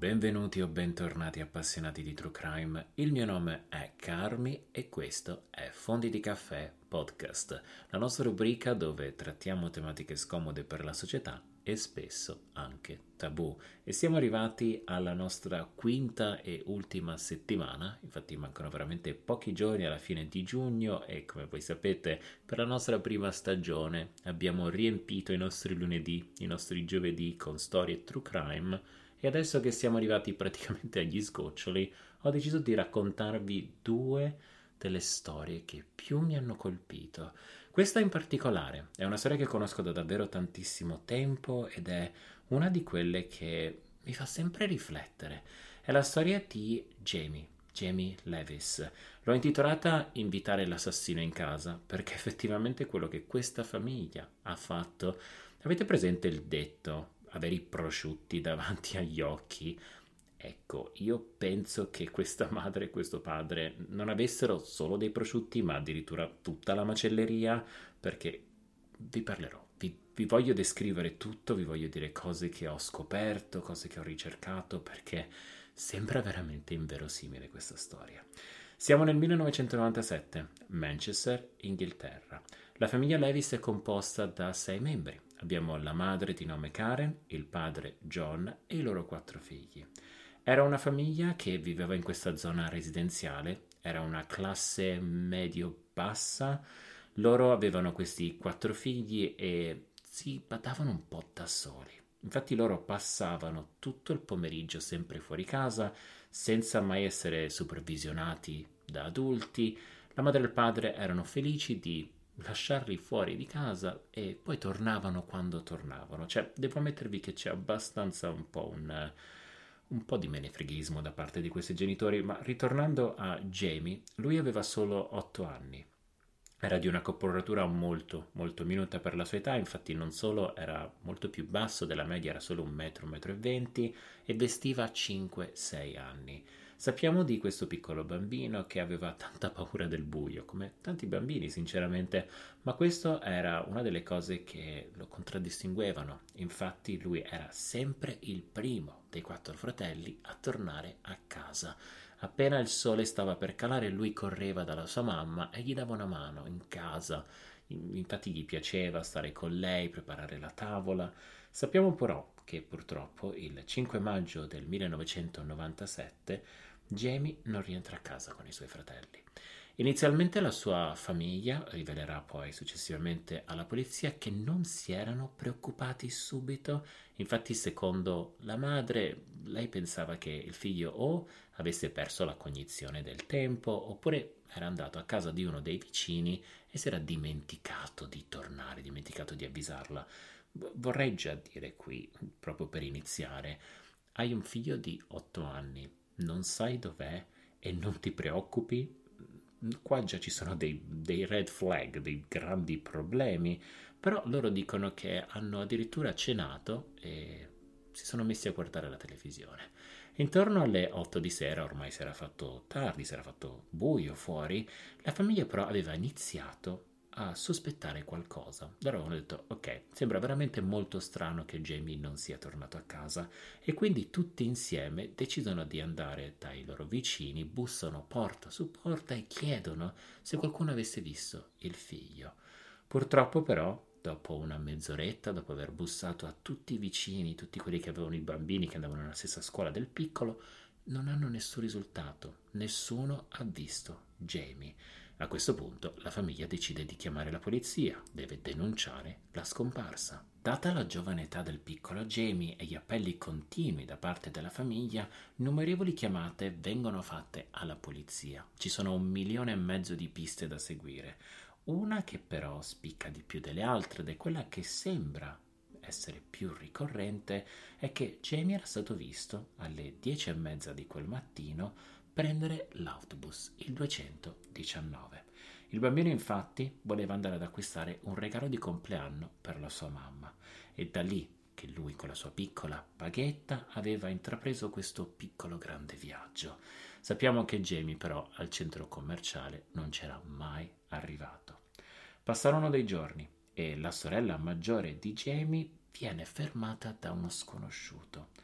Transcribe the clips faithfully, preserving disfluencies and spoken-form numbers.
benvenuti o bentornati appassionati di True Crime. Il mio nome è Carmi e questo è Fondi di Caffè Podcast, la nostra rubrica dove trattiamo tematiche scomode per la società e spesso anche tabù. E siamo arrivati alla nostra quinta e ultima settimana, infatti mancano veramente pochi giorni alla fine di giugno e come voi sapete per la nostra prima stagione abbiamo riempito i nostri lunedì, i nostri giovedì con storie True Crime. E adesso che siamo arrivati praticamente agli sgoccioli, ho deciso di raccontarvi due delle storie che più mi hanno colpito. Questa in particolare è una storia che conosco da davvero tantissimo tempo ed è una di quelle che mi fa sempre riflettere. È la storia di Jamie, Jamie Levis. L'ho intitolata Invitare l'assassino in casa perché effettivamente è quello che questa famiglia ha fatto. Avete presente il detto? Avere i prosciutti davanti agli occhi. Ecco, io penso che questa madre e questo padre non avessero solo dei prosciutti, ma addirittura tutta la macelleria, perché vi parlerò, vi, vi voglio descrivere tutto, vi voglio dire cose che ho scoperto, cose che ho ricercato, perché sembra veramente inverosimile questa storia. Siamo nel millenovecentonovantasette, Manchester, Inghilterra. La famiglia Levis è composta da sei membri. Abbiamo la madre di nome Karen, il padre John e i loro quattro figli. Era una famiglia che viveva in questa zona residenziale, era una classe medio-bassa. Loro avevano questi quattro figli e si badavano un po' da soli. Infatti loro passavano tutto il pomeriggio sempre fuori casa, senza mai essere supervisionati da adulti. La madre e il padre erano felici di lasciarli fuori di casa e poi tornavano quando tornavano. Cioè, devo ammettervi che c'è abbastanza un po' un, un po' di menefreghismo da parte di questi genitori, ma ritornando a Jamie, lui aveva solo otto anni. Era di una corporatura molto, molto minuta per la sua età, infatti non solo era molto più basso della media, era solo un metro, un metro e venti, e vestiva a cinque sei anni. Sappiamo di questo piccolo bambino che aveva tanta paura del buio, come tanti bambini sinceramente, ma questo era una delle cose che lo contraddistinguevano. Infatti lui era sempre il primo dei quattro fratelli a tornare a casa. Appena il sole stava per calare, lui correva dalla sua mamma e gli dava una mano in casa. Infatti gli piaceva stare con lei, preparare la tavola. Sappiamo però che purtroppo il cinque maggio del millenovecentonovantasette Jamie non rientra a casa con i suoi fratelli. Inizialmente la sua famiglia rivelerà poi successivamente alla polizia che non si erano preoccupati subito. Infatti, secondo la madre, lei pensava che il figlio o avesse perso la cognizione del tempo oppure era andato a casa di uno dei vicini e si era dimenticato di tornare, dimenticato di avvisarla. Vorrei già dire qui, proprio per iniziare, hai un figlio di otto anni, non sai dov'è e non ti preoccupi? Qua già ci sono dei, dei red flag, dei grandi problemi, però loro dicono che hanno addirittura cenato e si sono messi a guardare la televisione. Intorno alle otto di sera, ormai si era fatto tardi, si era fatto buio fuori, la famiglia però aveva iniziato a sospettare qualcosa. Loro avevano detto, ok, sembra veramente molto strano che Jamie non sia tornato a casa e quindi tutti insieme decidono di andare dai loro vicini, bussano porta su porta e chiedono se qualcuno avesse visto il figlio. Purtroppo però, dopo una mezz'oretta, dopo aver bussato a tutti i vicini, tutti quelli che avevano i bambini che andavano nella stessa scuola del piccolo, non hanno nessun risultato, nessuno ha visto Jamie. A questo punto la famiglia decide di chiamare la polizia, deve denunciare la scomparsa. Data la giovane età del piccolo Jamie e gli appelli continui da parte della famiglia, innumerevoli chiamate vengono fatte alla polizia. Ci sono un milione e mezzo di piste da seguire. Una che però spicca di più delle altre ed è quella che sembra essere più ricorrente è che Jamie era stato visto alle dieci e mezza di quel mattino prendere l'autobus, il duecentodiciannove. Il bambino infatti voleva andare ad acquistare un regalo di compleanno per la sua mamma e da lì che lui con la sua piccola baghetta aveva intrapreso questo piccolo grande viaggio. Sappiamo che Jamie però al centro commerciale non c'era mai arrivato. Passarono dei giorni e la sorella maggiore di Jamie viene fermata da uno sconosciuto.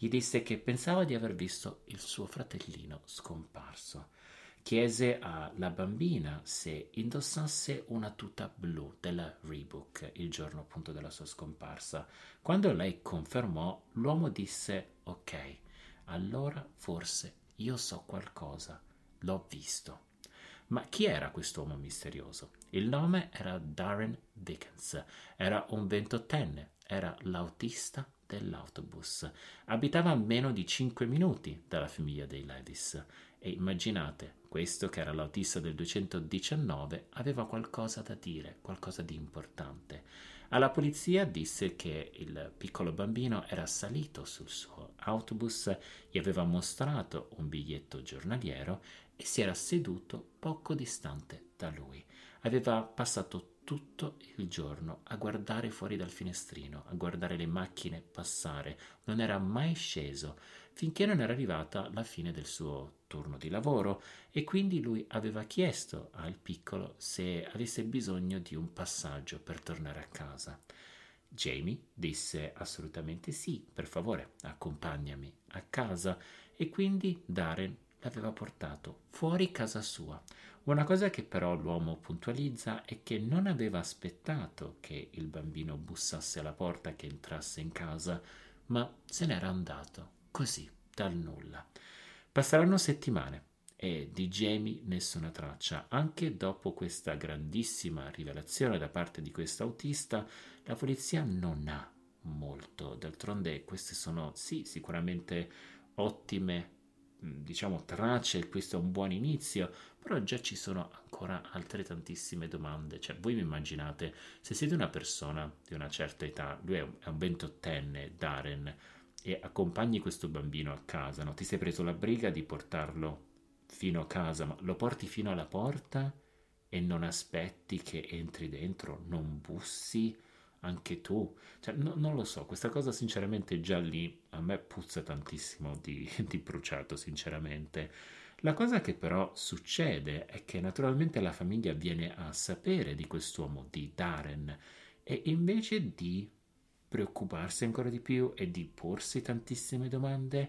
Gli disse che pensava di aver visto il suo fratellino scomparso. Chiese alla bambina se indossasse una tuta blu della Reebok il giorno appunto della sua scomparsa. Quando lei confermò, l'uomo disse: ok, allora forse io so qualcosa, l'ho visto. Ma chi era quest'uomo misterioso? Il nome era Darren Dickens, era un ventottenne, era l'autista dell'autobus. Abitava a meno di cinque minuti dalla famiglia dei Levis. E immaginate, questo che era l'autista del duecentodiciannove aveva qualcosa da dire, qualcosa di importante. Alla polizia disse che il piccolo bambino era salito sul suo autobus, gli aveva mostrato un biglietto giornaliero e si era seduto poco distante da lui. Aveva passato tutto il giorno a guardare fuori dal finestrino, a guardare le macchine passare, non era mai sceso finché non era arrivata la fine del suo turno di lavoro e quindi lui aveva chiesto al piccolo se avesse bisogno di un passaggio per tornare a casa. Jamie disse assolutamente sì, per favore, accompagnami a casa, e quindi Darren l'aveva portato fuori casa sua. Una cosa che però l'uomo puntualizza è che non aveva aspettato che il bambino bussasse alla porta, che entrasse in casa, ma se n'era andato così, dal nulla. Passeranno settimane e di Jamie nessuna traccia. Anche dopo questa grandissima rivelazione da parte di questo autista, la polizia non ha molto. D'altronde queste sono, sì, sicuramente ottime, diciamo, tracce, questo è un buon inizio, però già ci sono ancora altre tantissime domande. Cioè, voi mi immaginate, se siete una persona di una certa età, lui è un, è un ventottenne, Darren, e accompagni questo bambino a casa, no? Ti sei preso la briga di portarlo fino a casa, ma lo porti fino alla porta e non aspetti che entri dentro, non bussi anche tu, cioè, no, non lo so, questa cosa sinceramente già lì a me puzza tantissimo di, di bruciato, sinceramente. La cosa che però succede è che naturalmente la famiglia viene a sapere di quest'uomo, di Darren, e invece di preoccuparsi ancora di più e di porsi tantissime domande,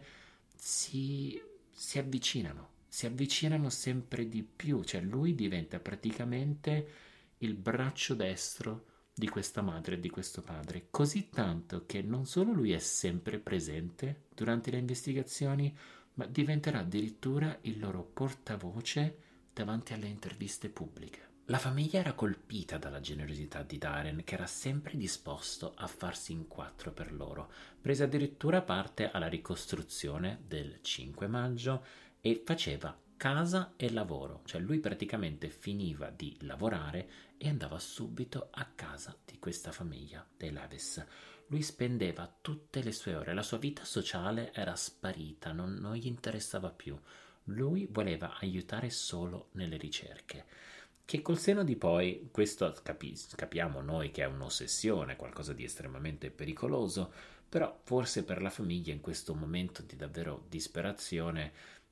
si, si avvicinano, si avvicinano sempre di più, cioè lui diventa praticamente il braccio destro di questa madre e di questo padre, così tanto che non solo lui è sempre presente durante le investigazioni, ma diventerà addirittura il loro portavoce davanti alle interviste pubbliche. La famiglia era colpita dalla generosità di Darren, che era sempre disposto a farsi in quattro per loro. Prese addirittura parte alla ricostruzione del cinque maggio e faceva casa e lavoro, cioè lui praticamente finiva di lavorare e andava subito a casa di questa famiglia dei Levis. Lui spendeva tutte le sue ore, la sua vita sociale era sparita, non, non gli interessava più. Lui voleva aiutare solo nelle ricerche. Che col seno di poi, questo capi- capiamo noi che è un'ossessione, qualcosa di estremamente pericoloso, però forse per la famiglia in questo momento di davvero disperazione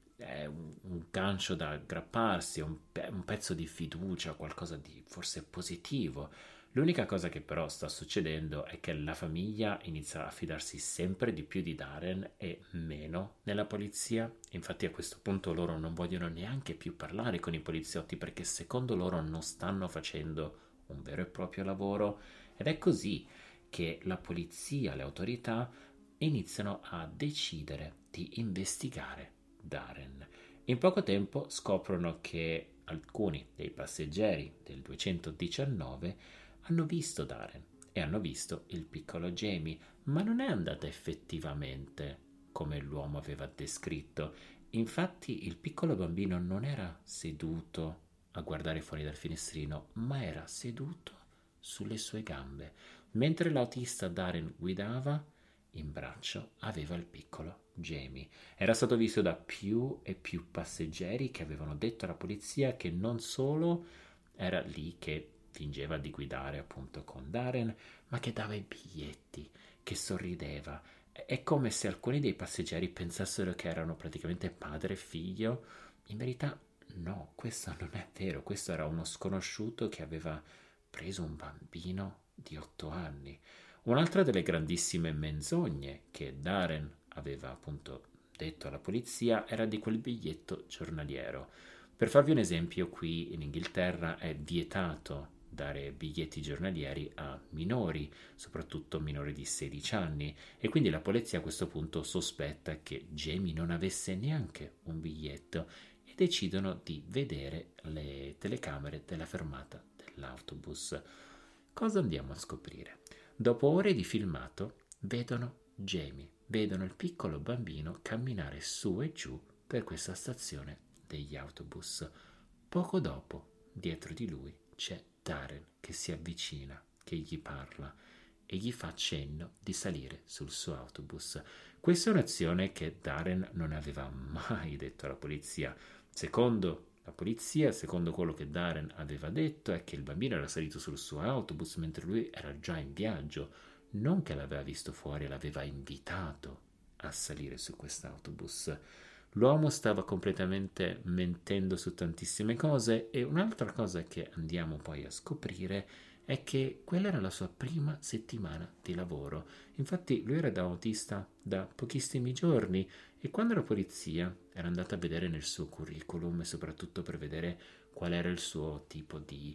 è un, un gancio da aggrapparsi, un, pe- un pezzo di fiducia, qualcosa di forse positivo. L'unica cosa che però sta succedendo è che la famiglia inizia a fidarsi sempre di più di Darren e meno della polizia. Infatti a questo punto loro non vogliono neanche più parlare con i poliziotti perché secondo loro non stanno facendo un vero e proprio lavoro, ed è così che la polizia, le autorità iniziano a decidere di investigare Darren. In poco tempo scoprono che alcuni dei passeggeri del duecentodiciannove hanno visto Darren e hanno visto il piccolo Jamie, ma non è andata effettivamente come l'uomo aveva descritto. Infatti il piccolo bambino non era seduto a guardare fuori dal finestrino, ma era seduto sulle sue gambe. Mentre l'autista Darren guidava, in braccio aveva il piccolo Jamie. Era stato visto da più e più passeggeri che avevano detto alla polizia che non solo era lì che fingeva di guidare appunto con Darren, ma che dava i biglietti, che sorrideva. È come se alcuni dei passeggeri pensassero che erano praticamente padre e figlio. In verità no, questo non è vero, questo era uno sconosciuto che aveva preso un bambino di otto anni. Un'altra delle grandissime menzogne che Darren aveva appunto detto alla polizia era di quel biglietto giornaliero. Per farvi un esempio, qui in Inghilterra è vietato dare biglietti giornalieri a minori, soprattutto minori di sedici anni, e quindi la polizia a questo punto sospetta che Jamie non avesse neanche un biglietto e decidono di vedere le telecamere della fermata dell'autobus. Cosa andiamo a scoprire? Dopo ore di filmato vedono Jamie, vedono il piccolo bambino camminare su e giù per questa stazione degli autobus. Poco dopo, dietro di lui, c'è Darren che si avvicina, che gli parla e gli fa cenno di salire sul suo autobus. Questa è un'azione che Darren non aveva mai detto alla polizia. Secondo la polizia, secondo quello che Darren aveva detto, è che il bambino era salito sul suo autobus mentre lui era già in viaggio, non che l'aveva visto fuori, l'aveva invitato a salire su quest'autobus. L'uomo stava completamente mentendo su tantissime cose e un'altra cosa che andiamo poi a scoprire è che quella era la sua prima settimana di lavoro. Infatti lui era da autista da pochissimi giorni e quando la polizia era andata a vedere nel suo curriculum e soprattutto per vedere qual era il suo tipo di,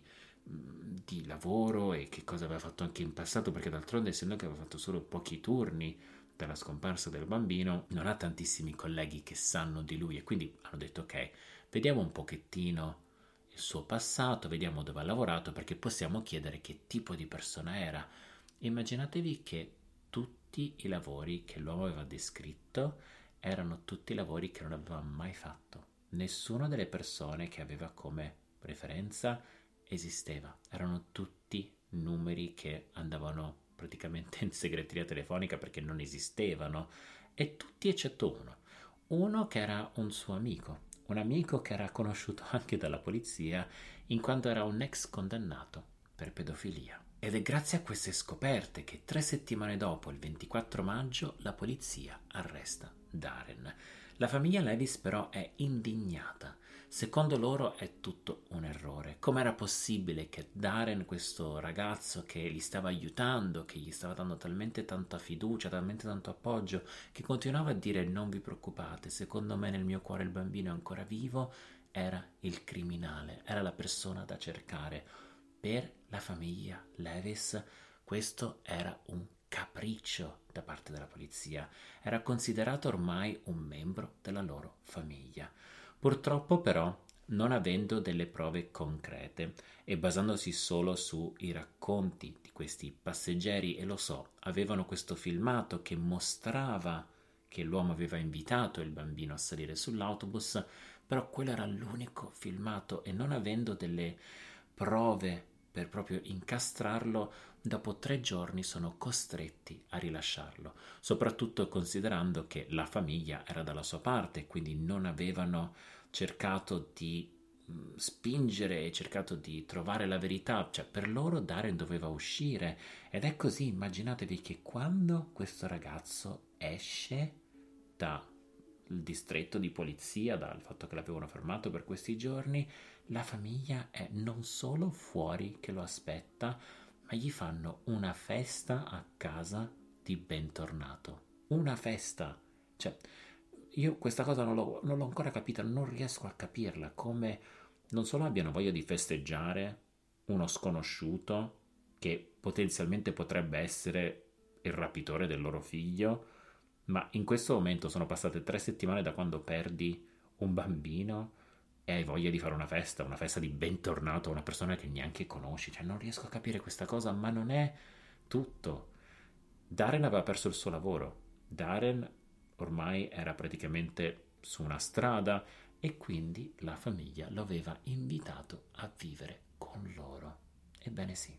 di lavoro e che cosa aveva fatto anche in passato, perché d'altronde essendo che aveva fatto solo pochi turni dalla scomparsa del bambino, non ha tantissimi colleghi che sanno di lui e quindi hanno detto ok, vediamo un pochettino il suo passato, vediamo dove ha lavorato perché possiamo chiedere che tipo di persona era. Immaginatevi che tutti i lavori che l'uomo aveva descritto erano tutti lavori che non aveva mai fatto. Nessuna delle persone che aveva come preferenza esisteva, erano tutti numeri che andavano praticamente in segreteria telefonica perché non esistevano, e tutti eccetto uno, uno che era un suo amico, un amico che era conosciuto anche dalla polizia in quanto era un ex condannato per pedofilia. Ed è grazie a queste scoperte che tre settimane dopo, il ventiquattro maggio, la polizia arresta Darren. La famiglia Levis però è indignata. Secondo loro è tutto un errore. Com'era possibile che Darren, questo ragazzo che li stava aiutando, che gli stava dando talmente tanta fiducia, talmente tanto appoggio, che continuava a dire non vi preoccupate, secondo me nel mio cuore il bambino è ancora vivo, era il criminale, era la persona da cercare. Per la famiglia Levis questo era un capriccio da parte della polizia, era considerato ormai un membro della loro famiglia. Purtroppo però, non avendo delle prove concrete e basandosi solo sui racconti di questi passeggeri, e lo so, avevano questo filmato che mostrava che l'uomo aveva invitato il bambino a salire sull'autobus, però quello era l'unico filmato e non avendo delle prove per proprio incastrarlo, dopo tre giorni sono costretti a rilasciarlo, soprattutto considerando che la famiglia era dalla sua parte, quindi non avevano cercato di mh, spingere e cercato di trovare la verità, cioè per loro Darren doveva uscire, ed è così, immaginatevi che quando questo ragazzo esce dal distretto di polizia, dal fatto che l'avevano fermato per questi giorni, la famiglia è non solo fuori che lo aspetta, ma gli fanno una festa a casa di bentornato. Una festa! Cioè, io questa cosa non l'ho, non l'ho ancora capita, non riesco a capirla, come non solo abbiano voglia di festeggiare uno sconosciuto che potenzialmente potrebbe essere il rapitore del loro figlio, ma in questo momento sono passate tre settimane da quando perdi un bambino e hai voglia di fare una festa, una festa di bentornato a una persona che neanche conosci. Cioè, non riesco a capire questa cosa, ma non è tutto. Darren aveva perso il suo lavoro. Darren ormai era praticamente su una strada e quindi la famiglia lo aveva invitato a vivere con loro. Ebbene sì,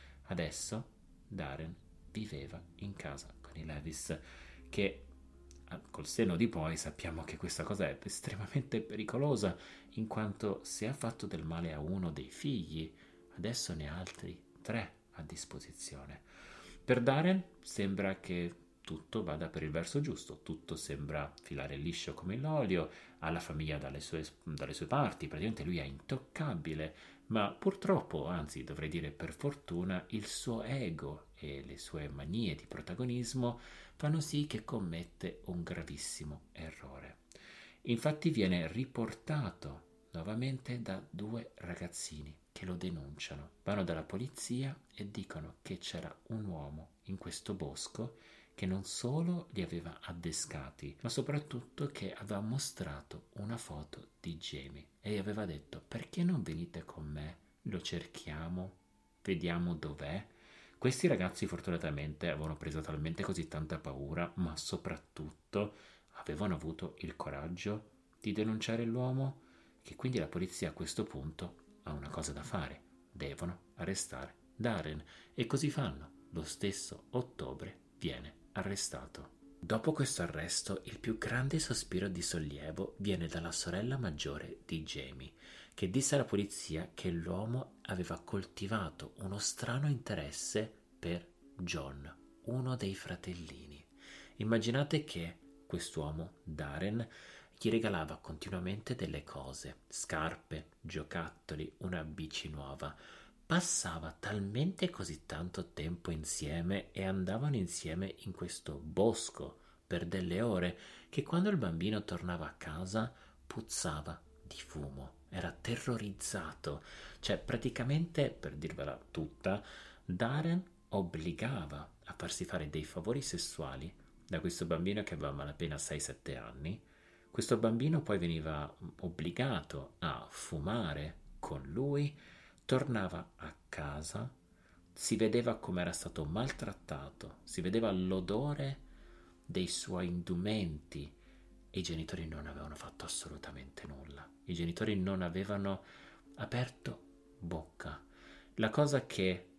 adesso Darren viveva in casa con i Levis, che col senno di poi sappiamo che questa cosa è estremamente pericolosa, in quanto se ha fatto del male a uno dei figli, adesso ne ha altri tre a disposizione. Per Darren sembra che tutto vada per il verso giusto, tutto sembra filare liscio come l'olio, ha la famiglia dalle sue, dalle sue parti, praticamente lui è intoccabile, ma purtroppo, anzi dovrei dire per fortuna, il suo ego e le sue manie di protagonismo fanno sì che commette un gravissimo errore. Infatti viene riportato nuovamente da due ragazzini che lo denunciano. Vanno dalla polizia e dicono che c'era un uomo in questo bosco che non solo li aveva addescati, ma soprattutto che aveva mostrato una foto di Jamie e gli aveva detto: perché non venite con me? Lo cerchiamo, vediamo dov'è. Questi ragazzi fortunatamente avevano preso talmente così tanta paura, ma soprattutto avevano avuto il coraggio di denunciare l'uomo, che quindi la polizia a questo punto ha una cosa da fare: devono arrestare Darren, e così fanno. Lo stesso ottobre viene arrestato. Dopo questo arresto, il più grande sospiro di sollievo viene dalla sorella maggiore di Jamie, che disse alla polizia che l'uomo aveva coltivato uno strano interesse per John, uno dei fratellini. Immaginate che quest'uomo, Darren, gli regalava continuamente delle cose: scarpe, giocattoli, una bici nuova. Passava talmente così tanto tempo insieme e andavano insieme in questo bosco per delle ore che quando il bambino tornava a casa puzzava di fumo, era terrorizzato. Cioè, praticamente, per dirvela tutta, Darren obbligava a farsi fare dei favori sessuali da questo bambino che aveva malapena sei sette anni. Questo bambino poi veniva obbligato a fumare con lui, tornava a casa, si vedeva come era stato maltrattato, si vedeva l'odore dei suoi indumenti e i genitori non avevano fatto assolutamente nulla. I genitori non avevano aperto bocca. La cosa che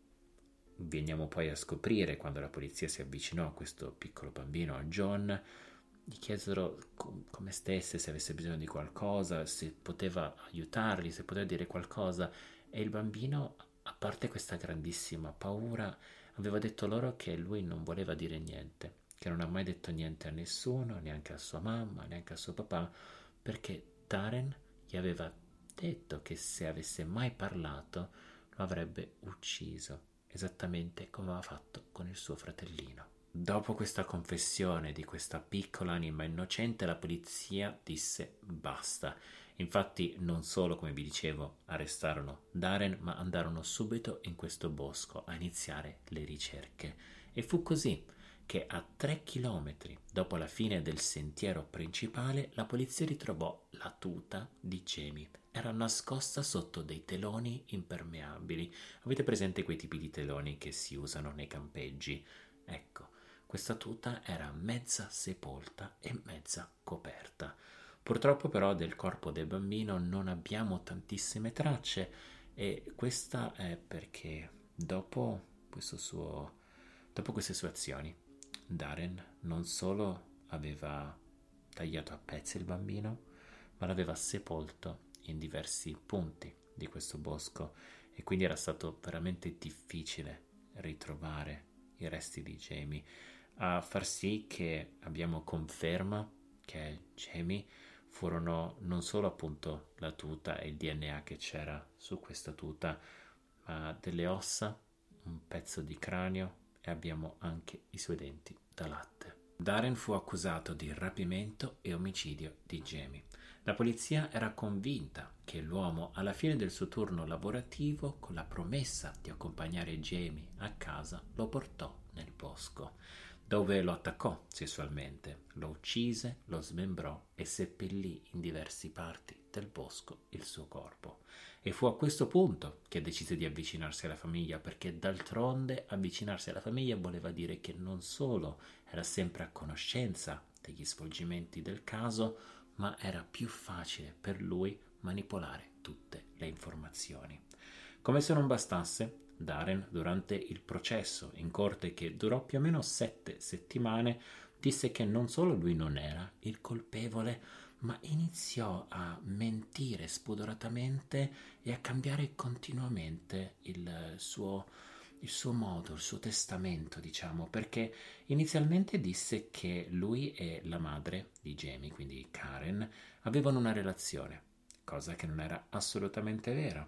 veniamo poi a scoprire quando la polizia si avvicinò a questo piccolo bambino, a John, gli chiesero com- come stesse, se avesse bisogno di qualcosa, se poteva aiutarli, se poteva dire qualcosa, e il bambino, a parte questa grandissima paura, aveva detto loro che lui non voleva dire niente, che non ha mai detto niente a nessuno, neanche a sua mamma, neanche a suo papà, perché Darren gli aveva detto che se avesse mai parlato lo avrebbe ucciso, esattamente come aveva fatto con il suo fratellino. Dopo questa confessione di questa piccola anima innocente, la polizia disse basta. Infatti non solo, come vi dicevo, arrestarono Darren, ma andarono subito in questo bosco a iniziare le ricerche. E fu così che a tre chilometri dopo la fine del sentiero principale la polizia ritrovò la tuta di Jamie. Era nascosta sotto dei teloni impermeabili. Avete presente quei tipi di teloni che si usano nei campeggi? Ecco, questa tuta era mezza sepolta e mezza coperta. Purtroppo però del corpo del bambino non abbiamo tantissime tracce, e questa è perché dopo questo suo, dopo queste sue azioni, Darren non solo aveva tagliato a pezzi il bambino, ma l'aveva sepolto in diversi punti di questo bosco, e quindi era stato veramente difficile ritrovare i resti di Jamie, a far sì che abbiamo conferma che Jamie furono non solo appunto la tuta e il D N A che c'era su questa tuta, ma delle ossa, un pezzo di cranio, e abbiamo anche i suoi denti da latte. Darren fu accusato di rapimento e omicidio di Jamie. La polizia era convinta che l'uomo, alla fine del suo turno lavorativo, con la promessa di accompagnare Jamie a casa, lo portò nel bosco, dove lo attaccò sessualmente, lo uccise, lo smembrò e seppellì in diverse parti del bosco il suo corpo. E fu a questo punto che decise di avvicinarsi alla famiglia, perché d'altronde avvicinarsi alla famiglia voleva dire che non solo era sempre a conoscenza degli svolgimenti del caso, ma era più facile per lui manipolare tutte le informazioni. Come se non bastasse, Darren, durante il processo in corte, che durò più o meno sette settimane, disse che non solo lui non era il colpevole, ma iniziò a mentire spudoratamente e a cambiare continuamente il suo, il suo modo, il suo testamento, diciamo, perché inizialmente disse che lui e la madre di Jamie, quindi Karen, avevano una relazione, cosa che non era assolutamente vera.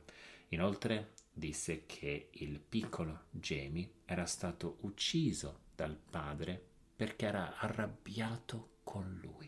Inoltre disse che il piccolo Jamie era stato ucciso dal padre perché era arrabbiato con lui.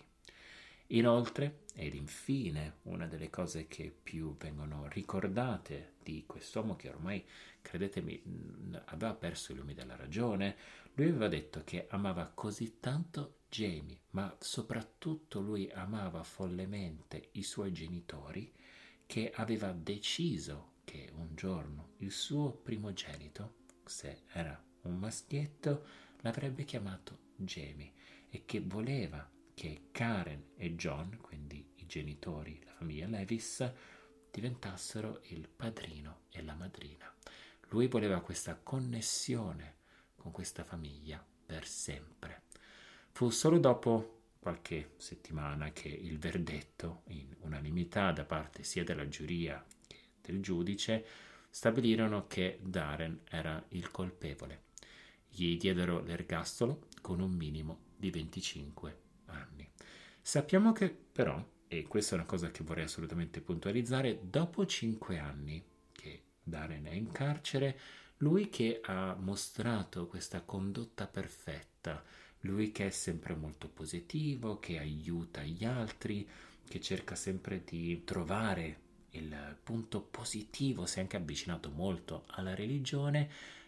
Inoltre, ed infine, una delle cose che più vengono ricordate di quest'uomo che ormai, credetemi, aveva perso i lumi della ragione, lui aveva detto che amava così tanto Jamie, ma soprattutto lui amava follemente i suoi genitori, che aveva deciso che un giorno il suo primogenito, se era un maschietto, l'avrebbe chiamato Jamie e che voleva che Karen e John, quindi i genitori, la famiglia Levis, diventassero il padrino e la madrina. Lui voleva questa connessione con questa famiglia per sempre. Fu solo dopo qualche settimana che il verdetto, in unanimità da parte sia della giuria che del giudice, stabilirono che Darren era il colpevole. Gli diedero l'ergastolo con un minimo di venticinque anni. Sappiamo che però, e questa è una cosa che vorrei assolutamente puntualizzare, dopo cinque anni che Darren è in carcere, lui che ha mostrato questa condotta perfetta, lui che è sempre molto positivo, che aiuta gli altri, che cerca sempre di trovare il punto positivo, si è anche avvicinato molto alla religione,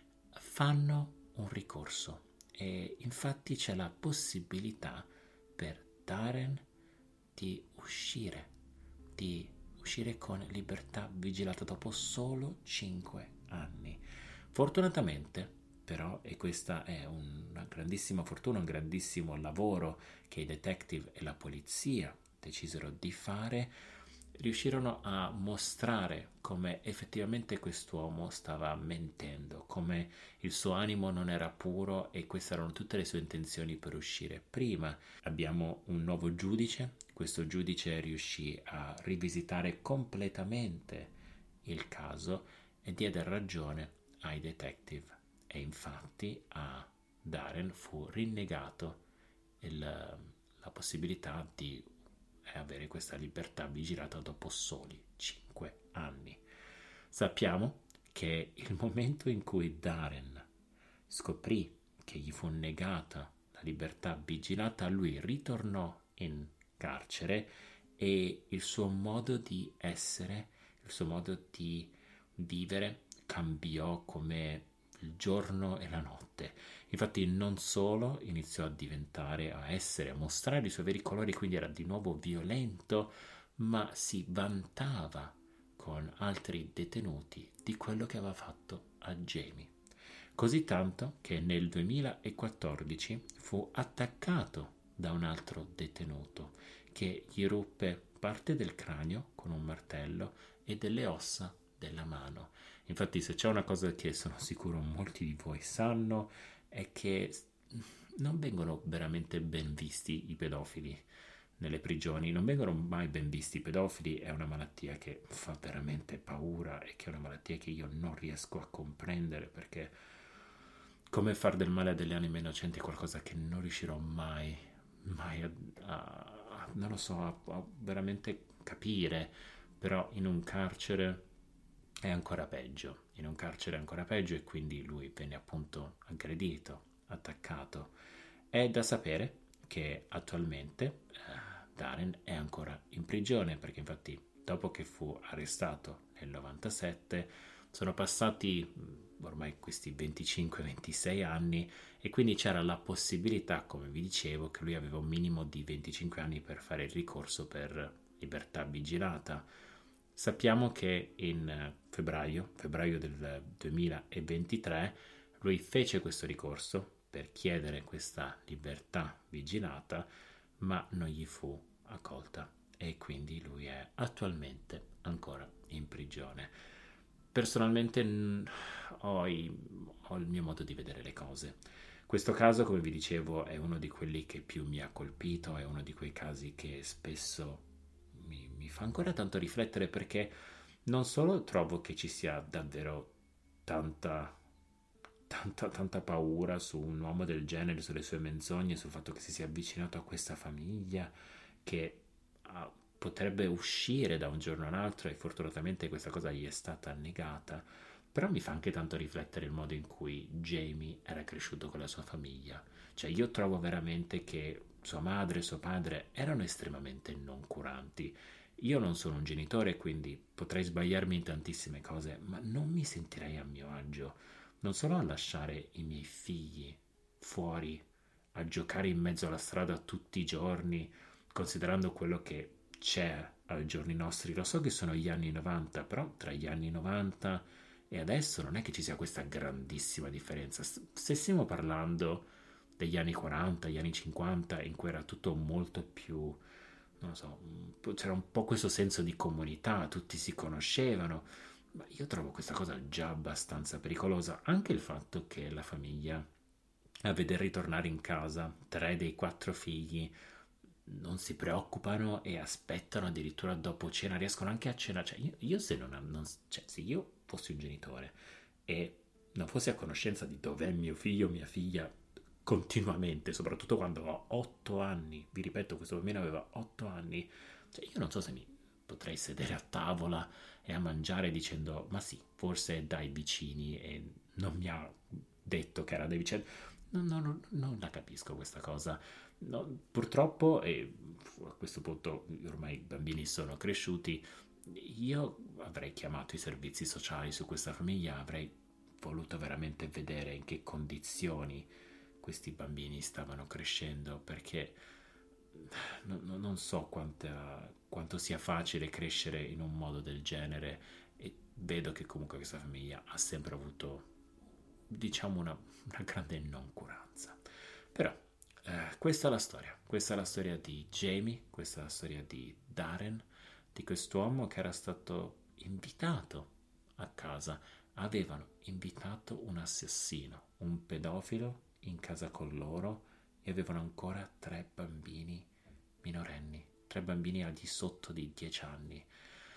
fanno un ricorso e infatti c'è la possibilità per Darren di uscire, di uscire con libertà vigilata dopo solo cinque anni. Fortunatamente, però, e questa è una grandissima fortuna, un grandissimo lavoro che i detective e la polizia decisero di fare, riuscirono a mostrare come effettivamente quest'uomo stava mentendo, come il suo animo non era puro e queste erano tutte le sue intenzioni per uscire. Prima abbiamo un nuovo giudice, questo giudice riuscì a rivisitare completamente il caso e diede ragione ai detective e infatti a Darren fu rinnegato il, la possibilità di avere questa libertà vigilata dopo soli cinque anni. Sappiamo che il momento in cui Darren scoprì che gli fu negata la libertà vigilata, lui ritornò in carcere e il suo modo di essere, il suo modo di vivere cambiò come il giorno e la notte. Infatti non solo iniziò a diventare, a essere, a mostrare i suoi veri colori, quindi era di nuovo violento, ma si vantava con altri detenuti di quello che aveva fatto a Jamie. Così tanto che nel duemilaquattordici fu attaccato da un altro detenuto che gli ruppe parte del cranio con un martello e delle ossa della mano. Infatti, se c'è una cosa che sono sicuro molti di voi sanno è che non vengono veramente ben visti i pedofili nelle prigioni, non vengono mai ben visti i pedofili, è una malattia che fa veramente paura e che è una malattia che io non riesco a comprendere, perché come far del male a delle anime innocenti è qualcosa che non riuscirò mai, mai a, a, a non lo so, a, a veramente capire, però in un carcere è ancora peggio, in un carcere è ancora peggio e quindi lui venne appunto aggredito, attaccato. È da sapere che attualmente eh, Darren è ancora in prigione, perché infatti dopo che fu arrestato nel novantasette sono passati ormai questi venticinque ventisei anni e quindi c'era la possibilità, come vi dicevo, che lui aveva un minimo di venticinque anni per fare il ricorso per libertà vigilata. Sappiamo che in febbraio, febbraio del duemilaventitré, lui fece questo ricorso per chiedere questa libertà vigilata, ma non gli fu accolta e quindi lui è attualmente ancora in prigione. Personalmente ho, i, ho il mio modo di vedere le cose. Questo caso, come vi dicevo, è uno di quelli che più mi ha colpito, è uno di quei casi che spesso mi, mi fa ancora tanto riflettere, perché non solo trovo che ci sia davvero tanta, tanta, tanta paura su un uomo del genere, sulle sue menzogne, sul fatto che si sia avvicinato a questa famiglia, che ha potrebbe uscire da un giorno all'altro e fortunatamente questa cosa gli è stata negata, però mi fa anche tanto riflettere il modo in cui Jamie era cresciuto con la sua famiglia. Cioè io trovo veramente che sua madre e suo padre erano estremamente non curanti. Io non sono un genitore, quindi potrei sbagliarmi in tantissime cose, ma non mi sentirei a mio agio, non solo a lasciare i miei figli fuori, a giocare in mezzo alla strada tutti i giorni, considerando quello che c'è ai giorni nostri. Lo so che sono gli anni novanta, però tra gli anni novanta e adesso non è che ci sia questa grandissima differenza. Stessimo parlando degli anni quaranta, gli anni cinquanta, in cui era tutto molto più, non lo so, c'era un po' questo senso di comunità, tutti si conoscevano, ma io trovo questa cosa già abbastanza pericolosa. Anche il fatto che la famiglia, a veder ritornare in casa tre dei quattro figli, non si preoccupano e aspettano addirittura dopo cena, riescono anche a cena. Cioè, io, io se non, non cioè, se io fossi un genitore e non fossi a conoscenza di dov'è mio figlio o mia figlia continuamente, soprattutto quando ho otto anni, vi ripeto, questo bambino aveva otto anni, cioè io non so se mi potrei sedere a tavola e a mangiare dicendo ma sì, forse è dai vicini e non mi ha detto che era dai vicini. Non, non, non la capisco questa cosa. No, purtroppo, e a questo punto ormai i bambini sono cresciuti, io avrei chiamato i servizi sociali su questa famiglia, avrei voluto veramente vedere in che condizioni questi bambini stavano crescendo, perché no, no, non so quanta, quanto sia facile crescere in un modo del genere, e vedo che comunque questa famiglia ha sempre avuto, diciamo, una, una grande noncuranza. Però eh, questa è la storia, questa è la storia di Jamie, questa è la storia di Darren, di quest'uomo che era stato invitato a casa. Avevano invitato un assassino, un pedofilo in casa con loro, e avevano ancora tre bambini minorenni, tre bambini al di sotto di dieci anni.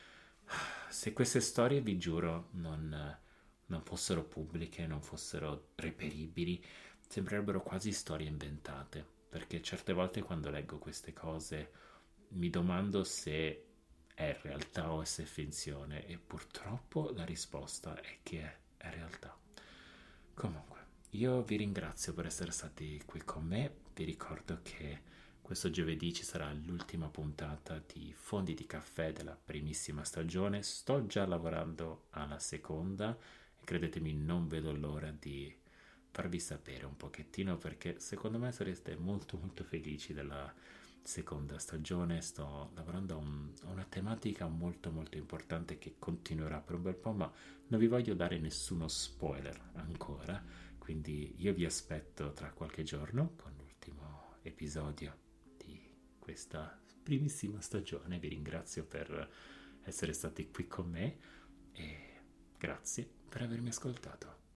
Se queste storie, vi giuro, non, non fossero pubbliche, non fossero reperibili, sembrerebbero quasi storie inventate, perché certe volte quando leggo queste cose mi domando se è realtà o se è finzione, e purtroppo la risposta è che è, è realtà. Comunque, io vi ringrazio per essere stati qui con me, vi ricordo che questo giovedì ci sarà l'ultima puntata di Fondi di Caffè della primissima stagione. Sto già lavorando alla seconda e credetemi, non vedo l'ora di farvi sapere un pochettino, perché secondo me sareste molto molto felici della seconda stagione. Sto lavorando a, un, a una tematica molto molto importante che continuerà per un bel po', ma non vi voglio dare nessuno spoiler ancora, quindi io vi aspetto tra qualche giorno con l'ultimo episodio questa primissima stagione. Vi ringrazio per essere stati qui con me e grazie per avermi ascoltato.